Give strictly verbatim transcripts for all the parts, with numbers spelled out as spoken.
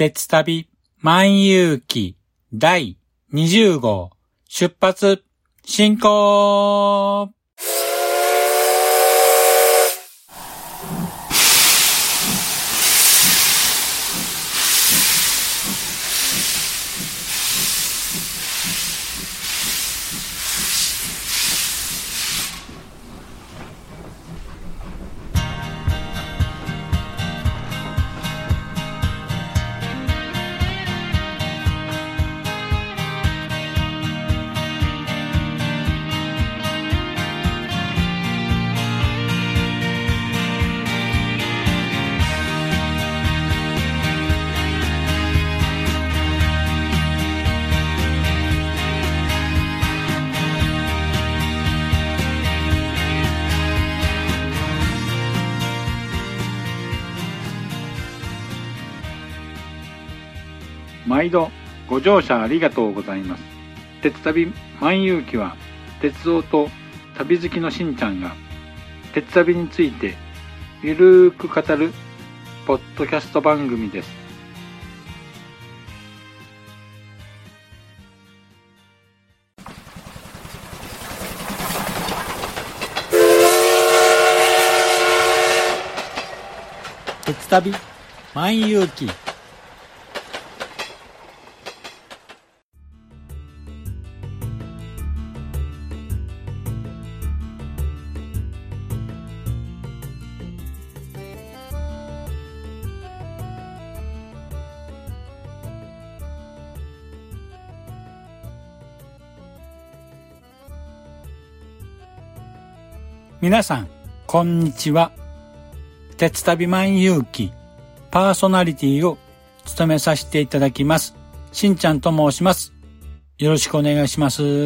鉄旅万有記だいにじゅう号出発進行。 毎度ご乗車ありがとうございます。鉄旅万有記は鉄道と旅好きのしんちゃんが鉄旅についてゆるーく語るポッドキャスト番組です。 鉄旅万有記。皆さんこんにちは。鉄旅万有記パーソナリティを務めさせていただきますしんちゃんと申します。よろしくお願いします。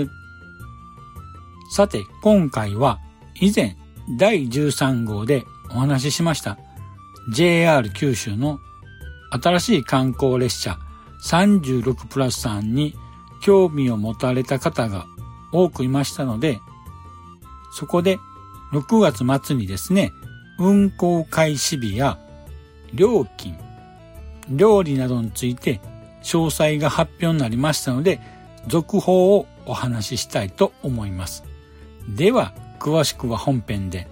さて今回は以前だいじゅうさん号でお話ししました ジェイアール 九州の新しい観光列車さんじゅうろくプラスさんに興味を持たれた方が多くいましたので、そこでろくがつ末にですね、運行開始日や料金、料理などについて詳細が発表になりましたので、続報をお話ししたいと思います。では、詳しくは本編で。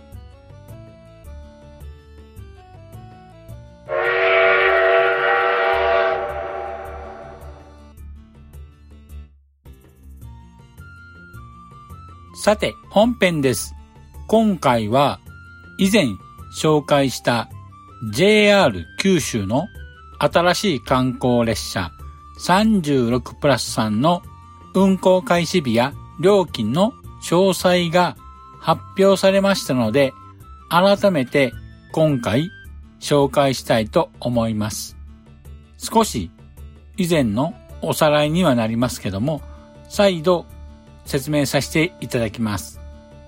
さて、本編です。今回は以前紹介した ジェイアール 九州の新しい観光列車さんじゅうろくプラスさんの運行開始日や料金の詳細が発表されましたので、改めて今回紹介したいと思います。少し以前のおさらいにはなりますけども、再度説明させていただきます。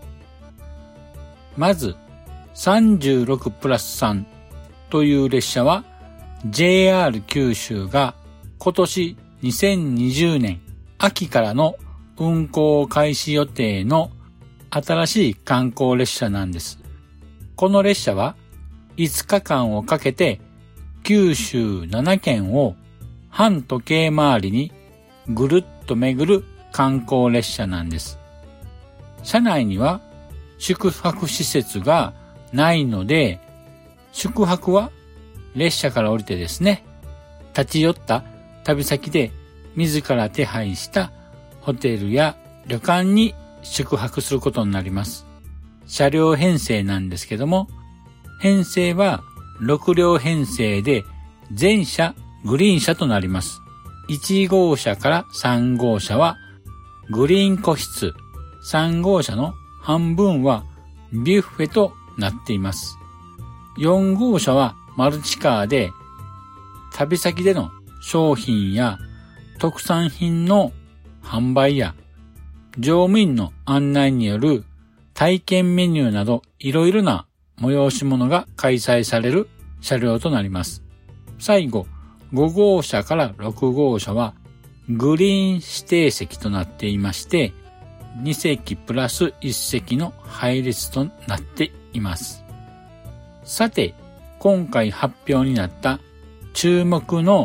まず、さんじゅうろくプラスさんという列車は ジェイアール 九州が今年にせんにじゅうねん秋からの運行開始予定の新しい観光列車なんです。この列車はいつかかんをかけて九州ななけんを半時計回りにぐるっと巡る観光列車なんです。車内には宿泊施設がないので、宿泊は列車から降りてですね、立ち寄った旅先で自ら手配したホテルや旅館に宿泊することになります。車両編成なんですけども、編成はろくりょう編成で全車グリーン車となります。いちごうしゃからさんごうしゃはグリーン個室、さんごうしゃの半分はビュッフェとなっています。よんごうしゃはマルチカーで、旅先での商品や特産品の販売や乗務員の案内による体験メニューなどいろいろな催し物が開催される車両となります。最後、ごごうしゃからろくごうしゃはグリーン指定席となっていまして、にせきプラスいっせきの配列となっています。さて、今回発表になった注目の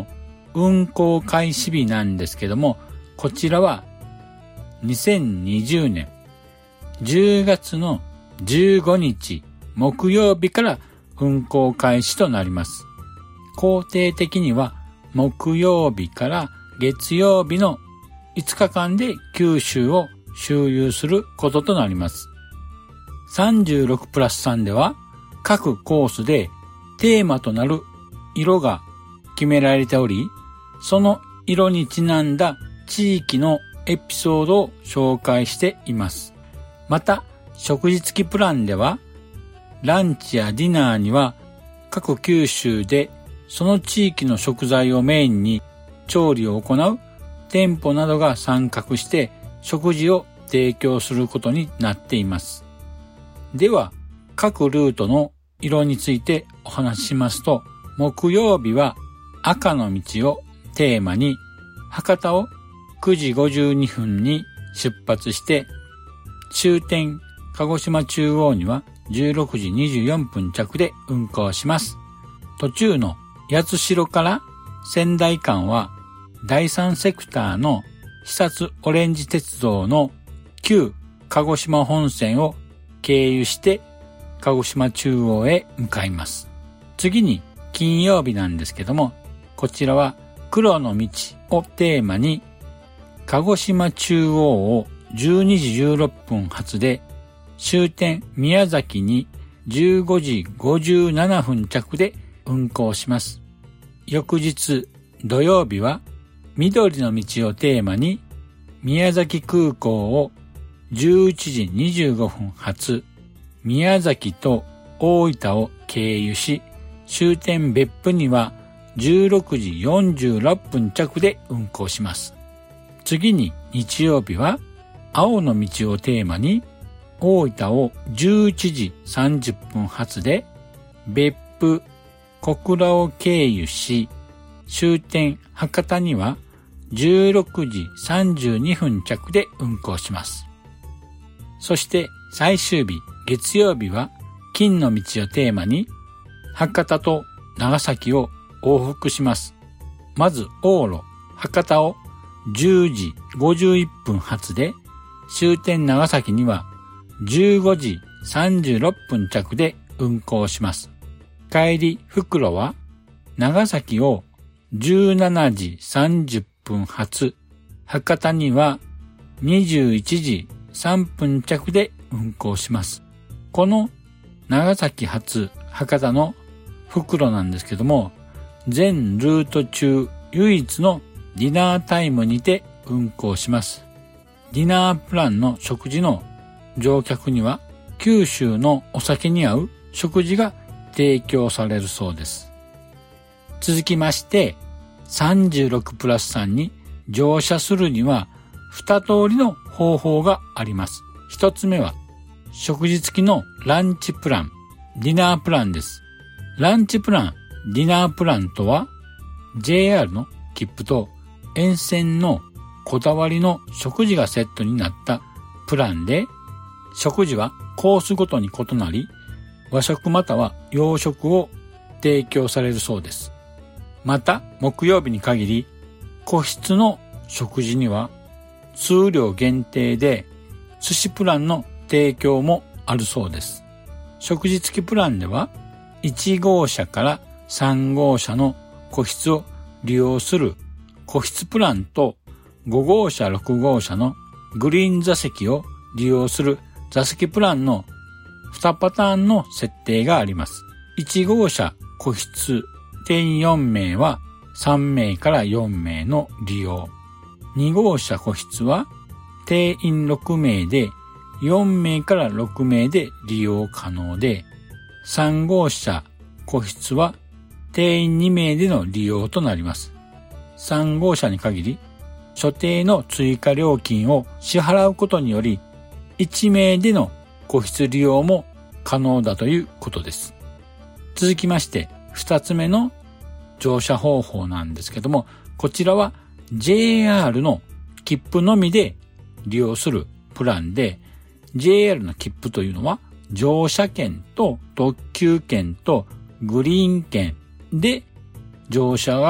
運行開始日なんですけども、こちらはにせんにじゅうねんじゅうがつのじゅうごにち木曜日から運行開始となります。工程的には木曜日から月曜日のいつかかんで九州を周遊することとなります。さんじゅうろくプラスさんでは各コースでテーマとなる色が決められており、その色にちなんだ地域のエピソードを紹介しています。また、食事付きプランでは、ランチやディナーには各九州でその地域の食材をメインに調理を行う店舗などが参画して食事を提供することになっています。では、各ルートの色についてお話ししますと、木曜日は赤の道をテーマに博多をくじごじゅうにふんに出発して終点鹿児島中央にはじゅうろくじにじゅうよんぷん着で運行します。途中の八代から仙台間はだいさんセクターの肥薩オレンジ鉄道の旧鹿児島本線を経由して鹿児島中央へ向かいます。次に金曜日なんですけども、こちらは黒の道をテーマに鹿児島中央をじゅうにじじゅうろっぷん発で終点宮崎にじゅうごじごじゅうななふん着で運行します。翌日土曜日は緑の道をテーマに宮崎空港をじゅういちじにじゅうごふん発宮崎と大分を経由し終点別府にはじゅうろくじよんじゅうろっぷん着で運行します。次に日曜日は青の道をテーマに大分をじゅういちじさんじゅっぷん発で別府小倉を経由し終点博多にはじゅうろくじさんじゅうにふん着で運行します。そして最終日月曜日は金の道をテーマに博多と長崎を往復します。まず往路博多をじゅうじごじゅういっぷん発で終点長崎にはじゅうごじさんじゅうろっぷん着で運行します。帰り復路は長崎をじゅうしちじさんじゅっぷん発博多にはにじゅういちじさんぷん着で運行します。この長崎発博多の復路なんですけども、全ルート中唯一のディナータイムにて運行します。ディナープランの食事の乗客には九州のお酒に合う食事が提供されるそうです。続きましてさんじゅうろくプラスさんに乗車するにはに通りの方法があります。一つ目は食事付きのランチプラン、ディナープランです。ランチプラン、ディナープランとは ジェイアール の切符と沿線のこだわりの食事がセットになったプランで、食事はコースごとに異なり、和食または洋食を提供されるそうです。また、木曜日に限り、個室の食事には数量限定で寿司プランの提供もあるそうです。食事付きプランでは、いちごうしゃからさんごうしゃの個室を利用する個室プランとごごうしゃろくごうしゃのグリーン座席を利用する座席プランのにパターンの設定があります。いちごうしゃ個室定員よんめいはさんめいからよんめいの利用。にごうしゃ個室は定員ろくめいでよんめいからろくめいで利用可能で、さんごうしゃ個室は定員にめいでの利用となります。さんごうしゃに限り、所定の追加料金を支払うことにより、いちめいでの個室利用も可能だということです。続きまして、二つ目の乗車方法なんですけども、こちらは ジェイアール の切符のみで利用するプランで、ジェイアール の切符というのは乗車券と特急券とグリーン券で乗車が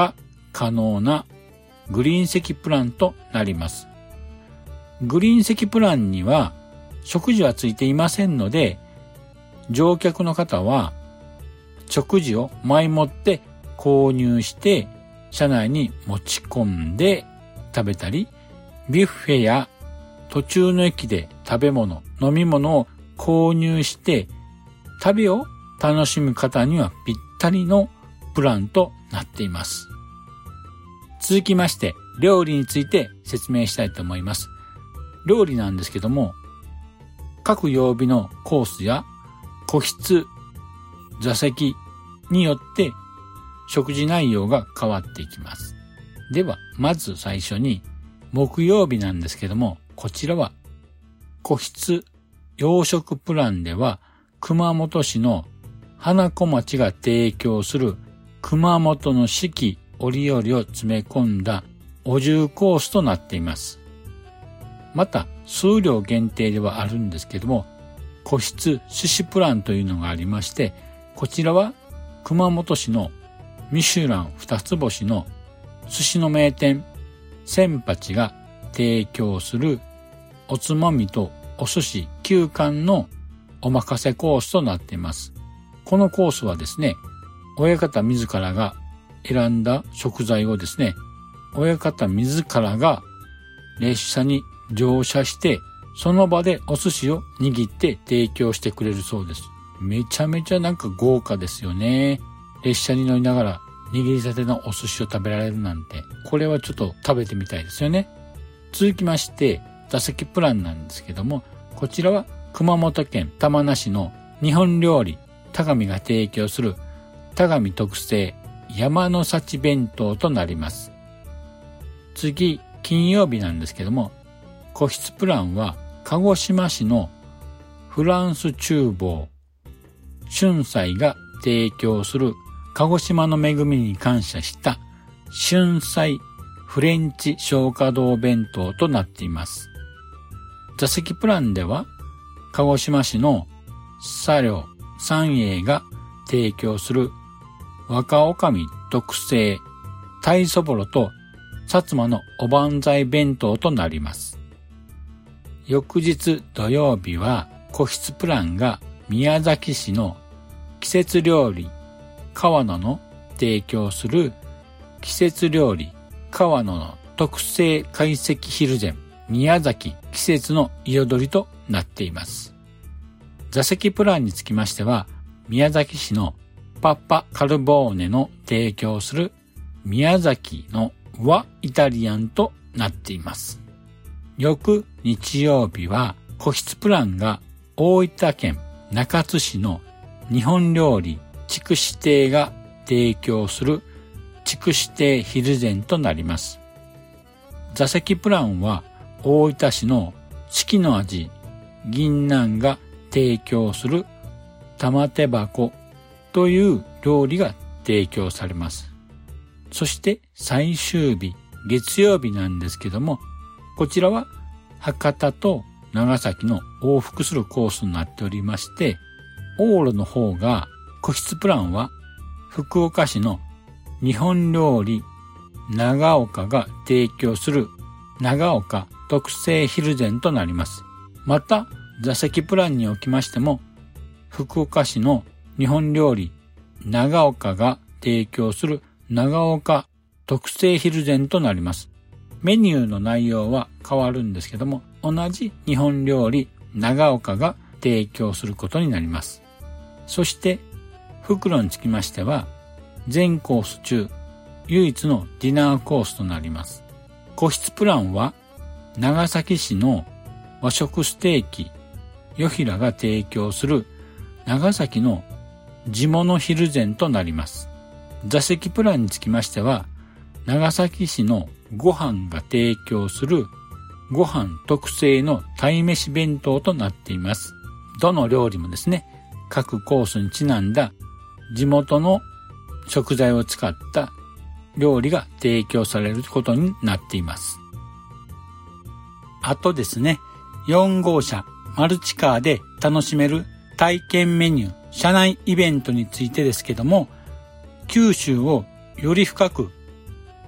可能なグリーン席プランとなります。グリーン席プランには食事はついていませんので、乗客の方は食事を前もって購入して車内に持ち込んで食べたり、ビュッフェや途中の駅で食べ物、飲み物を購入して旅を楽しむ方にはぴったりのプランとなっています。続きまして料理について説明したいと思います。料理なんですけども、各曜日のコースや個室、座席によって食事内容が変わっていきます。では、まず最初に木曜日なんですけども、こちらは個室洋食プランでは熊本市の花子町が提供する熊本の四季折々を詰め込んだお重コースとなっています。また数量限定ではあるんですけども、個室寿司プランというのがありまして、こちらは熊本市のミシュラン二つ星の寿司の名店千八が提供するおつまみとお寿司きゅう貫のお任せコースとなっています。このコースはですね、親方自らが選んだ食材をですね、親方自らが列車に乗車してその場でお寿司を握って提供してくれるそうです。めちゃめちゃなんか豪華ですよね。列車に乗りながら握りたてのお寿司を食べられるなんて、これはちょっと食べてみたいですよね。続きまして座席プランなんですけども、こちらは熊本県玉名市の日本料理田上が提供する田上特製山の幸弁当となります。次、金曜日なんですけども、個室プランは鹿児島市のフランス厨房春菜が提供する鹿児島の恵みに感謝した春菜フレンチ松花堂弁当となっています。座席プランでは鹿児島市の茶寮三栄が提供する若女将特製鯛そぼろと薩摩のおばんざい弁当となります。翌日土曜日は個室プランが宮崎市の季節料理川野の提供する季節料理川野の特製懐石昼膳宮崎季節の彩りとなっています。座席プランにつきましては宮崎市のパッパカルボーネの提供する宮崎の和イタリアンとなっています。翌日曜日は個室プランが大分県中津市の日本料理筑紫亭が提供する筑紫亭昼膳となります。座席プランは大分市の四季の味銀杏が提供する玉手箱という料理が提供されます。そして最終日月曜日なんですけども、こちらは博多と長崎の往復するコースになっておりまして、往路の方が個室プランは福岡市の日本料理長岡が提供する長岡特製昼膳となります。また座席プランにおきましても福岡市の日本料理長岡が提供する長岡特製昼膳となります。メニューの内容は変わるんですけども、同じ日本料理長岡が提供することになります。そして袋につきましては全コース中唯一のディナーコースとなります。個室プランは長崎市の和食ステーキよひらが提供する長崎の地物昼膳となります。座席プランにつきましては長崎市のご飯が提供するご飯特製の鯛めし弁当となっています。どの料理もですね、各コースにちなんだ地元の食材を使った料理が提供されることになっています。あとですね、よん号車マルチカーで楽しめる体験メニュー、車内イベントについてですけども、九州をより深く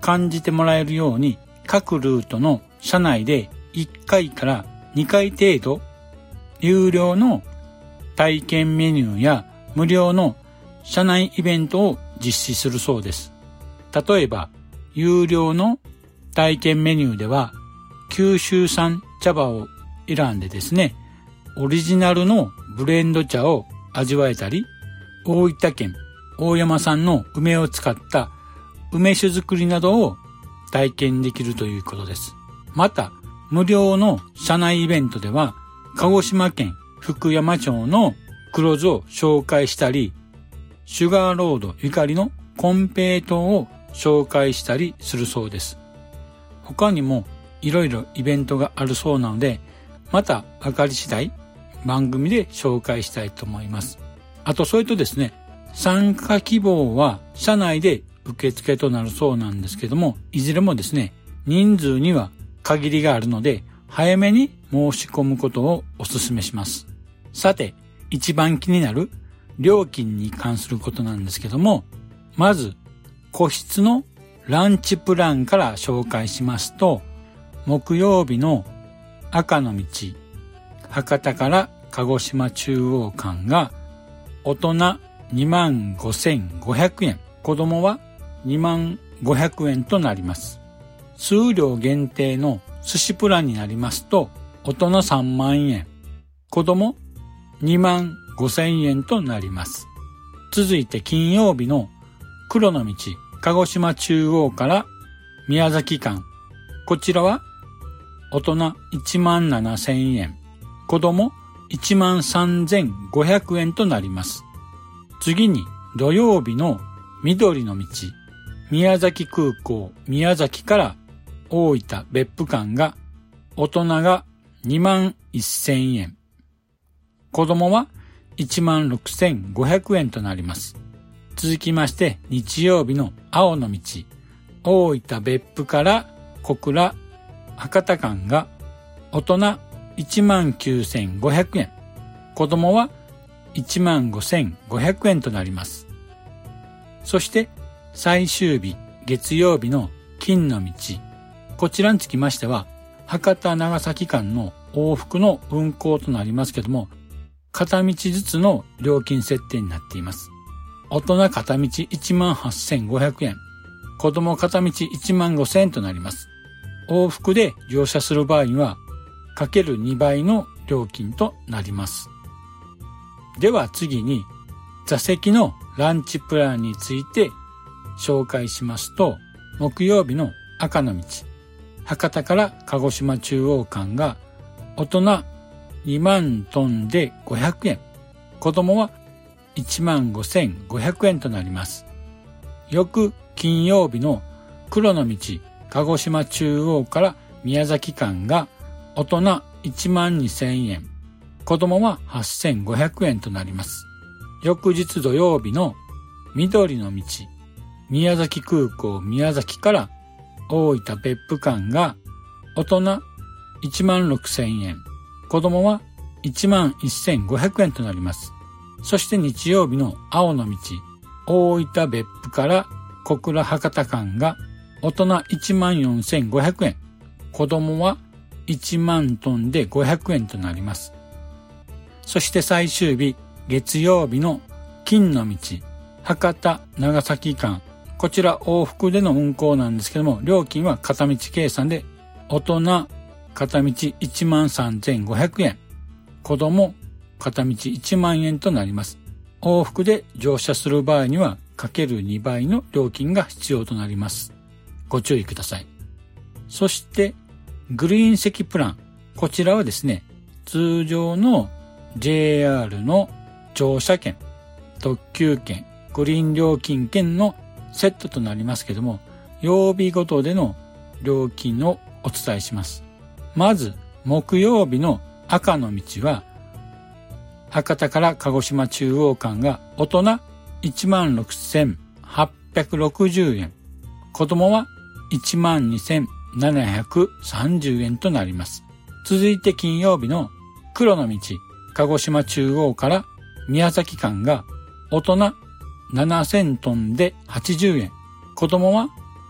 感じてもらえるように各ルートの車内でいっかいからにかい程度有料の体験メニューや無料の車内イベントを実施するそうです。例えば有料の体験メニューでは九州産茶葉を選んでですね、オリジナルのブレンド茶を味わえたり、大分県大山産の梅を使った梅酒作りなどを体験できるということです。また、無料の車内イベントでは、鹿児島県福山町の黒酢を紹介したり、シュガーロードゆかりのコンペイトーを紹介したりするそうです。他にもいろいろイベントがあるそうなので、また分かり次第番組で紹介したいと思います。あとそれとですね、参加希望は社内で受付となるそうなんですけども、いずれもですね、人数には限りがあるので、早めに申し込むことをお勧めします。さて、一番気になる料金に関することなんですけども、まず、個室のランチプランから紹介しますと、木曜日の赤の道、博多から鹿児島中央間が大人にまんごせんごひゃくえん、子供はにまんごひゃくえんとなります。数量限定の寿司プランになりますと、大人さんまんえん、子供にまんごせんえんとなります。続いて金曜日の黒の道、鹿児島中央から宮崎間、こちらは大人いちまんななせんえん、子供いちまんさんぜんごひゃくえんとなります。次に土曜日の緑の道、宮崎空港宮崎から大分別府間が大人がにまんせんえん、子供はいちまんろくせんごひゃくえんとなります。続きまして日曜日の青の道、大分別府から小倉博多間が大人いちまんきゅうせんごひゃくえん、子供はいちまんごせんごひゃくえんとなります。そして最終日月曜日の金の道、こちらにつきましては博多長崎間の往復の運行となりますけども、片道ずつの料金設定になっています。大人片道いちまんはっせんごひゃくえん、子供片道いちまんごせんえんとなります。往復で乗車する場合にはかけるにばいの料金となります。では次に座席のランチプランについて紹介しますと、木曜日の赤の道、博多から鹿児島中央間が大人にまんトンでごひゃくえん、子供はいちまんごせんごひゃくえんとなります。翌金曜日の黒の道、鹿児島中央から宮崎間が大人いちまんにせんえん、子供ははっせんごひゃくえんとなります。翌日土曜日の緑の道、宮崎空港宮崎から大分別府間が大人いちまんろくせんえん、子供はいちまんせんごひゃくえんとなります。そして日曜日の青の道、大分別府から小倉博多間が大人いちまんよんせんごひゃくえん、子供はいちまんトンでごひゃくえんとなります。そして最終日月曜日の金の道、博多長崎間、こちら往復での運行なんですけども、料金は片道計算で大人片道いちまんさんぜんごひゃくえん、子供片道いちまんえんとなります。往復で乗車する場合にはかけるにばいの料金が必要となります。ご注意ください。そしてグリーン席プラン、こちらはですね、通常の ジェイアール の乗車券、特急券、グリーン料金券のセットとなりますけども、曜日ごとでの料金をお伝えします。まず木曜日の赤の道は博多から鹿児島中央間が大人いちまんろくせんはっぴゃくろくじゅうえん、子供はいちまんにせんななひゃくさんじゅうえんとなります。続いて金曜日の黒の道、鹿児島中央から宮崎間が大人ななせんトンではちじゅうえん、子供は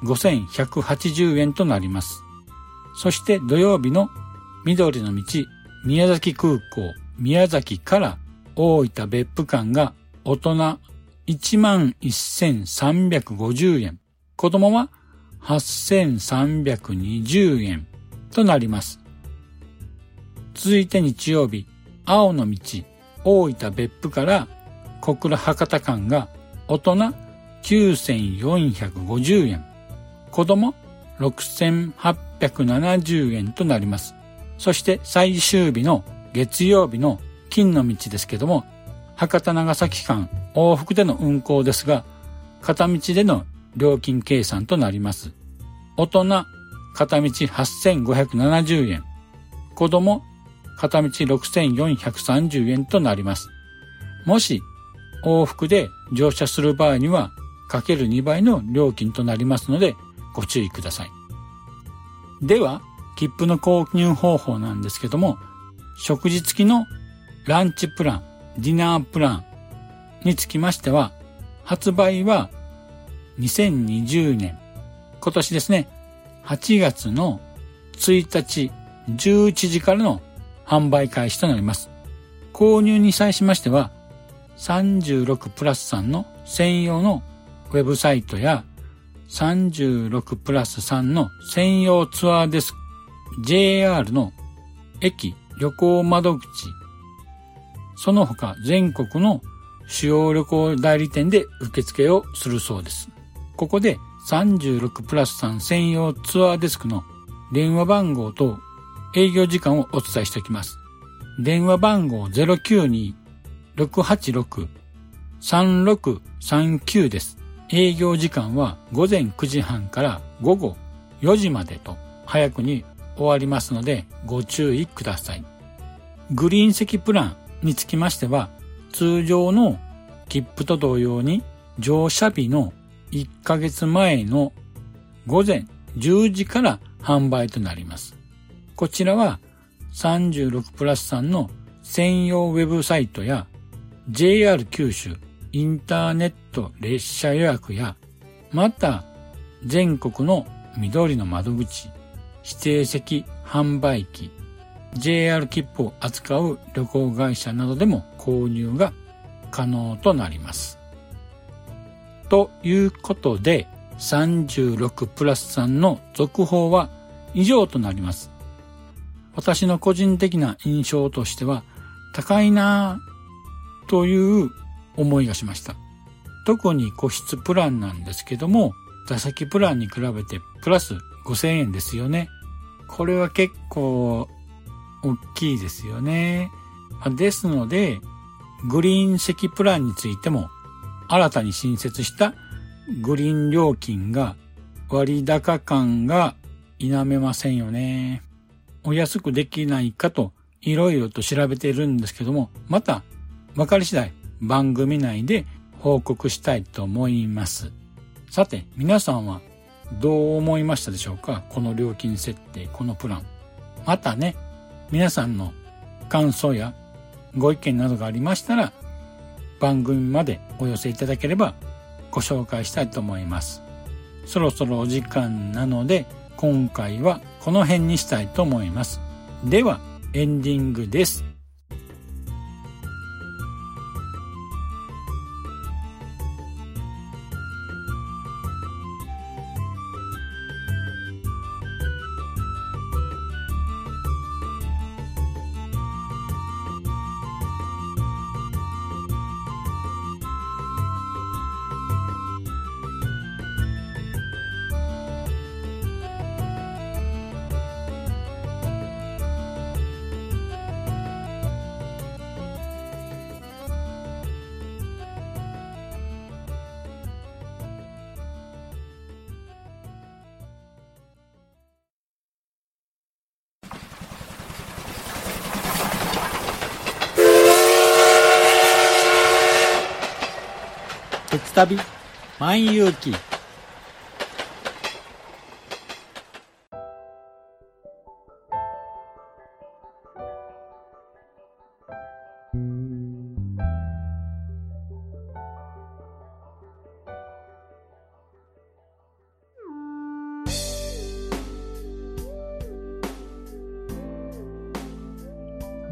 ごせんひゃくはちじゅうえんとなります。そして土曜日の緑の道宮崎空港宮崎から大分別府間が大人 いちまんせんさんびゃくごじゅうえん、子供ははっせんさんびゃくにじゅうえんとなります。続いて日曜日、青の道大分別府から小倉博多間が大人きゅうせんよんひゃくごじゅうえん、子供ろくせんはっぴゃくななじゅうえんとなります。そして最終日の月曜日の金の道ですけども、博多長崎間往復での運行ですが、片道での料金計算となります。大人片道はっせんごひゃくななじゅうえん、子供片道ろくせんよんひゃくさんじゅうえんとなります。もし往復で乗車する場合にはかけるにばいの料金となりますのでご注意ください。では切符の購入方法なんですけども、食事付きのランチプラン、ディナープランにつきましては、発売はにせんにじゅうねん、今年ですね、はちがつのついたちじゅういちじからの販売開始となります。購入に際しましては、さんじゅうろくプラスさんの専用のウェブサイトやさんじゅうろくプラスさんの専用ツアーデスク、ジェイアール の駅旅行窓口、その他全国の主要旅行代理店で受付をするそうです。ここでさんじゅうろくプラスさん専用ツアーデスクの電話番号と営業時間をお伝えしておきます。電話番号 ゼロきゅうに ろくはちろく さんろくさんきゅう です。営業時間はごぜんくじはんからごごよじまでと早くに終わりますのでご注意ください。グリーン席プランにつきましては、通常の切符と同様に乗車日のいっかげつまえのごぜんじゅうじから販売となります。こちらはさんじゅうろくプラスさんの専用ウェブサイトや ジェイアール 九州インターネット列車予約や、また全国の緑の窓口、指定席販売機、ジェイアール 切符を扱う旅行会社などでも購入が可能となります。ということで、さんじゅうろくプラスさんの続報は以上となります。私の個人的な印象としては高いなぁという思いがしました。特に個室プランなんですけども、座席プランに比べてプラスごせんえんですよね。これは結構大きいですよね。ですので、グリーン席プランについても新たに新設したグリーン料金が割高感が否めませんよね。お安くできないかといろいろと調べているんですけども、また分かり次第番組内で報告したいと思います。さて皆さんはどう思いましたでしょうか？この料金設定、このプラン。またね、皆さんの感想やご意見などがありましたら番組までお寄せいただければご紹介したいと思います。そろそろお時間なので今回はこの辺にしたいと思います。ではエンディングです。鉄旅万有記。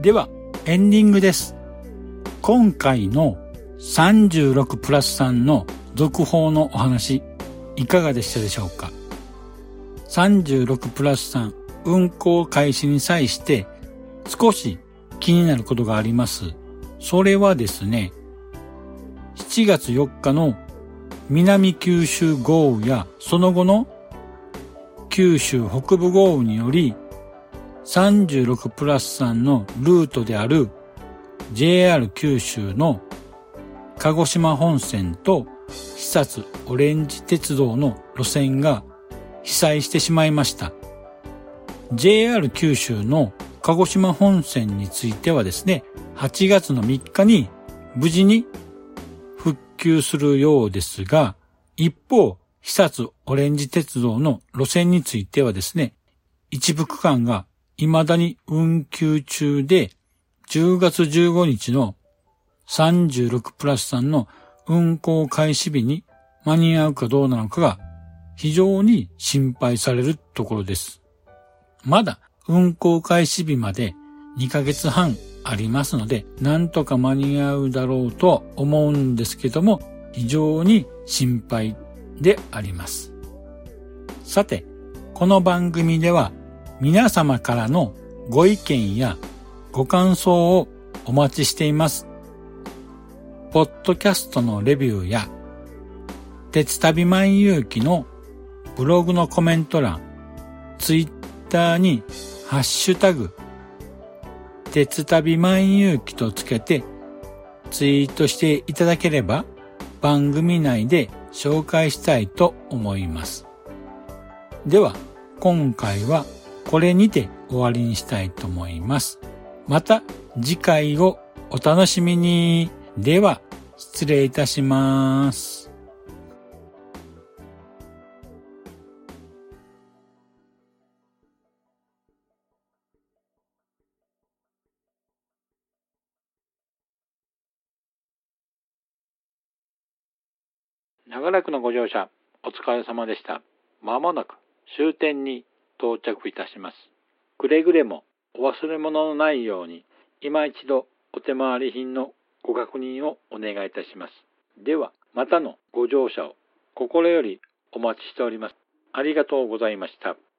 では、エンディングです。今回のさんじゅうろくプラスさんの続報のお話、いかがでしたでしょうか。さんじゅうろくプラスさん運行開始に際して少し気になることがあります。それはですね、しちがつよっかの南九州豪雨やその後の九州北部豪雨によりさんじゅうろくプラスさんのルートである ジェイアール 九州の鹿児島本線と肥薩オレンジ鉄道の路線が被災してしまいました。ジェイアール 九州の鹿児島本線についてはですね、はちがつのみっかに無事に復旧するようですが、一方、肥薩オレンジ鉄道の路線についてはですね、一部区間が未だに運休中で、じゅうがつじゅうごにちのさんじゅうろくプラスさんの運行開始日に間に合うかどうなのかが非常に心配されるところです。まだ運行開始日までにかげつはんありますので、なんとか間に合うだろうとは思うんですけども、非常に心配であります。さて、この番組では皆様からのご意見やご感想をお待ちしています。ポッドキャストのレビューや鉄旅万有記のブログのコメント欄、ツイッターにハッシュタグ鉄旅万有記とつけてツイートしていただければ番組内で紹介したいと思います。では今回はこれにて終わりにしたいと思います。また次回をお楽しみに。では失礼いたします。 長らくのご乗車お疲れ様でした。まもなく終点に到着いたします。くれぐれもお忘れ物のないように今一度お手回り品のご確認をお願いいたします。ではまたのご乗車を心よりお待ちしております。ありがとうございました。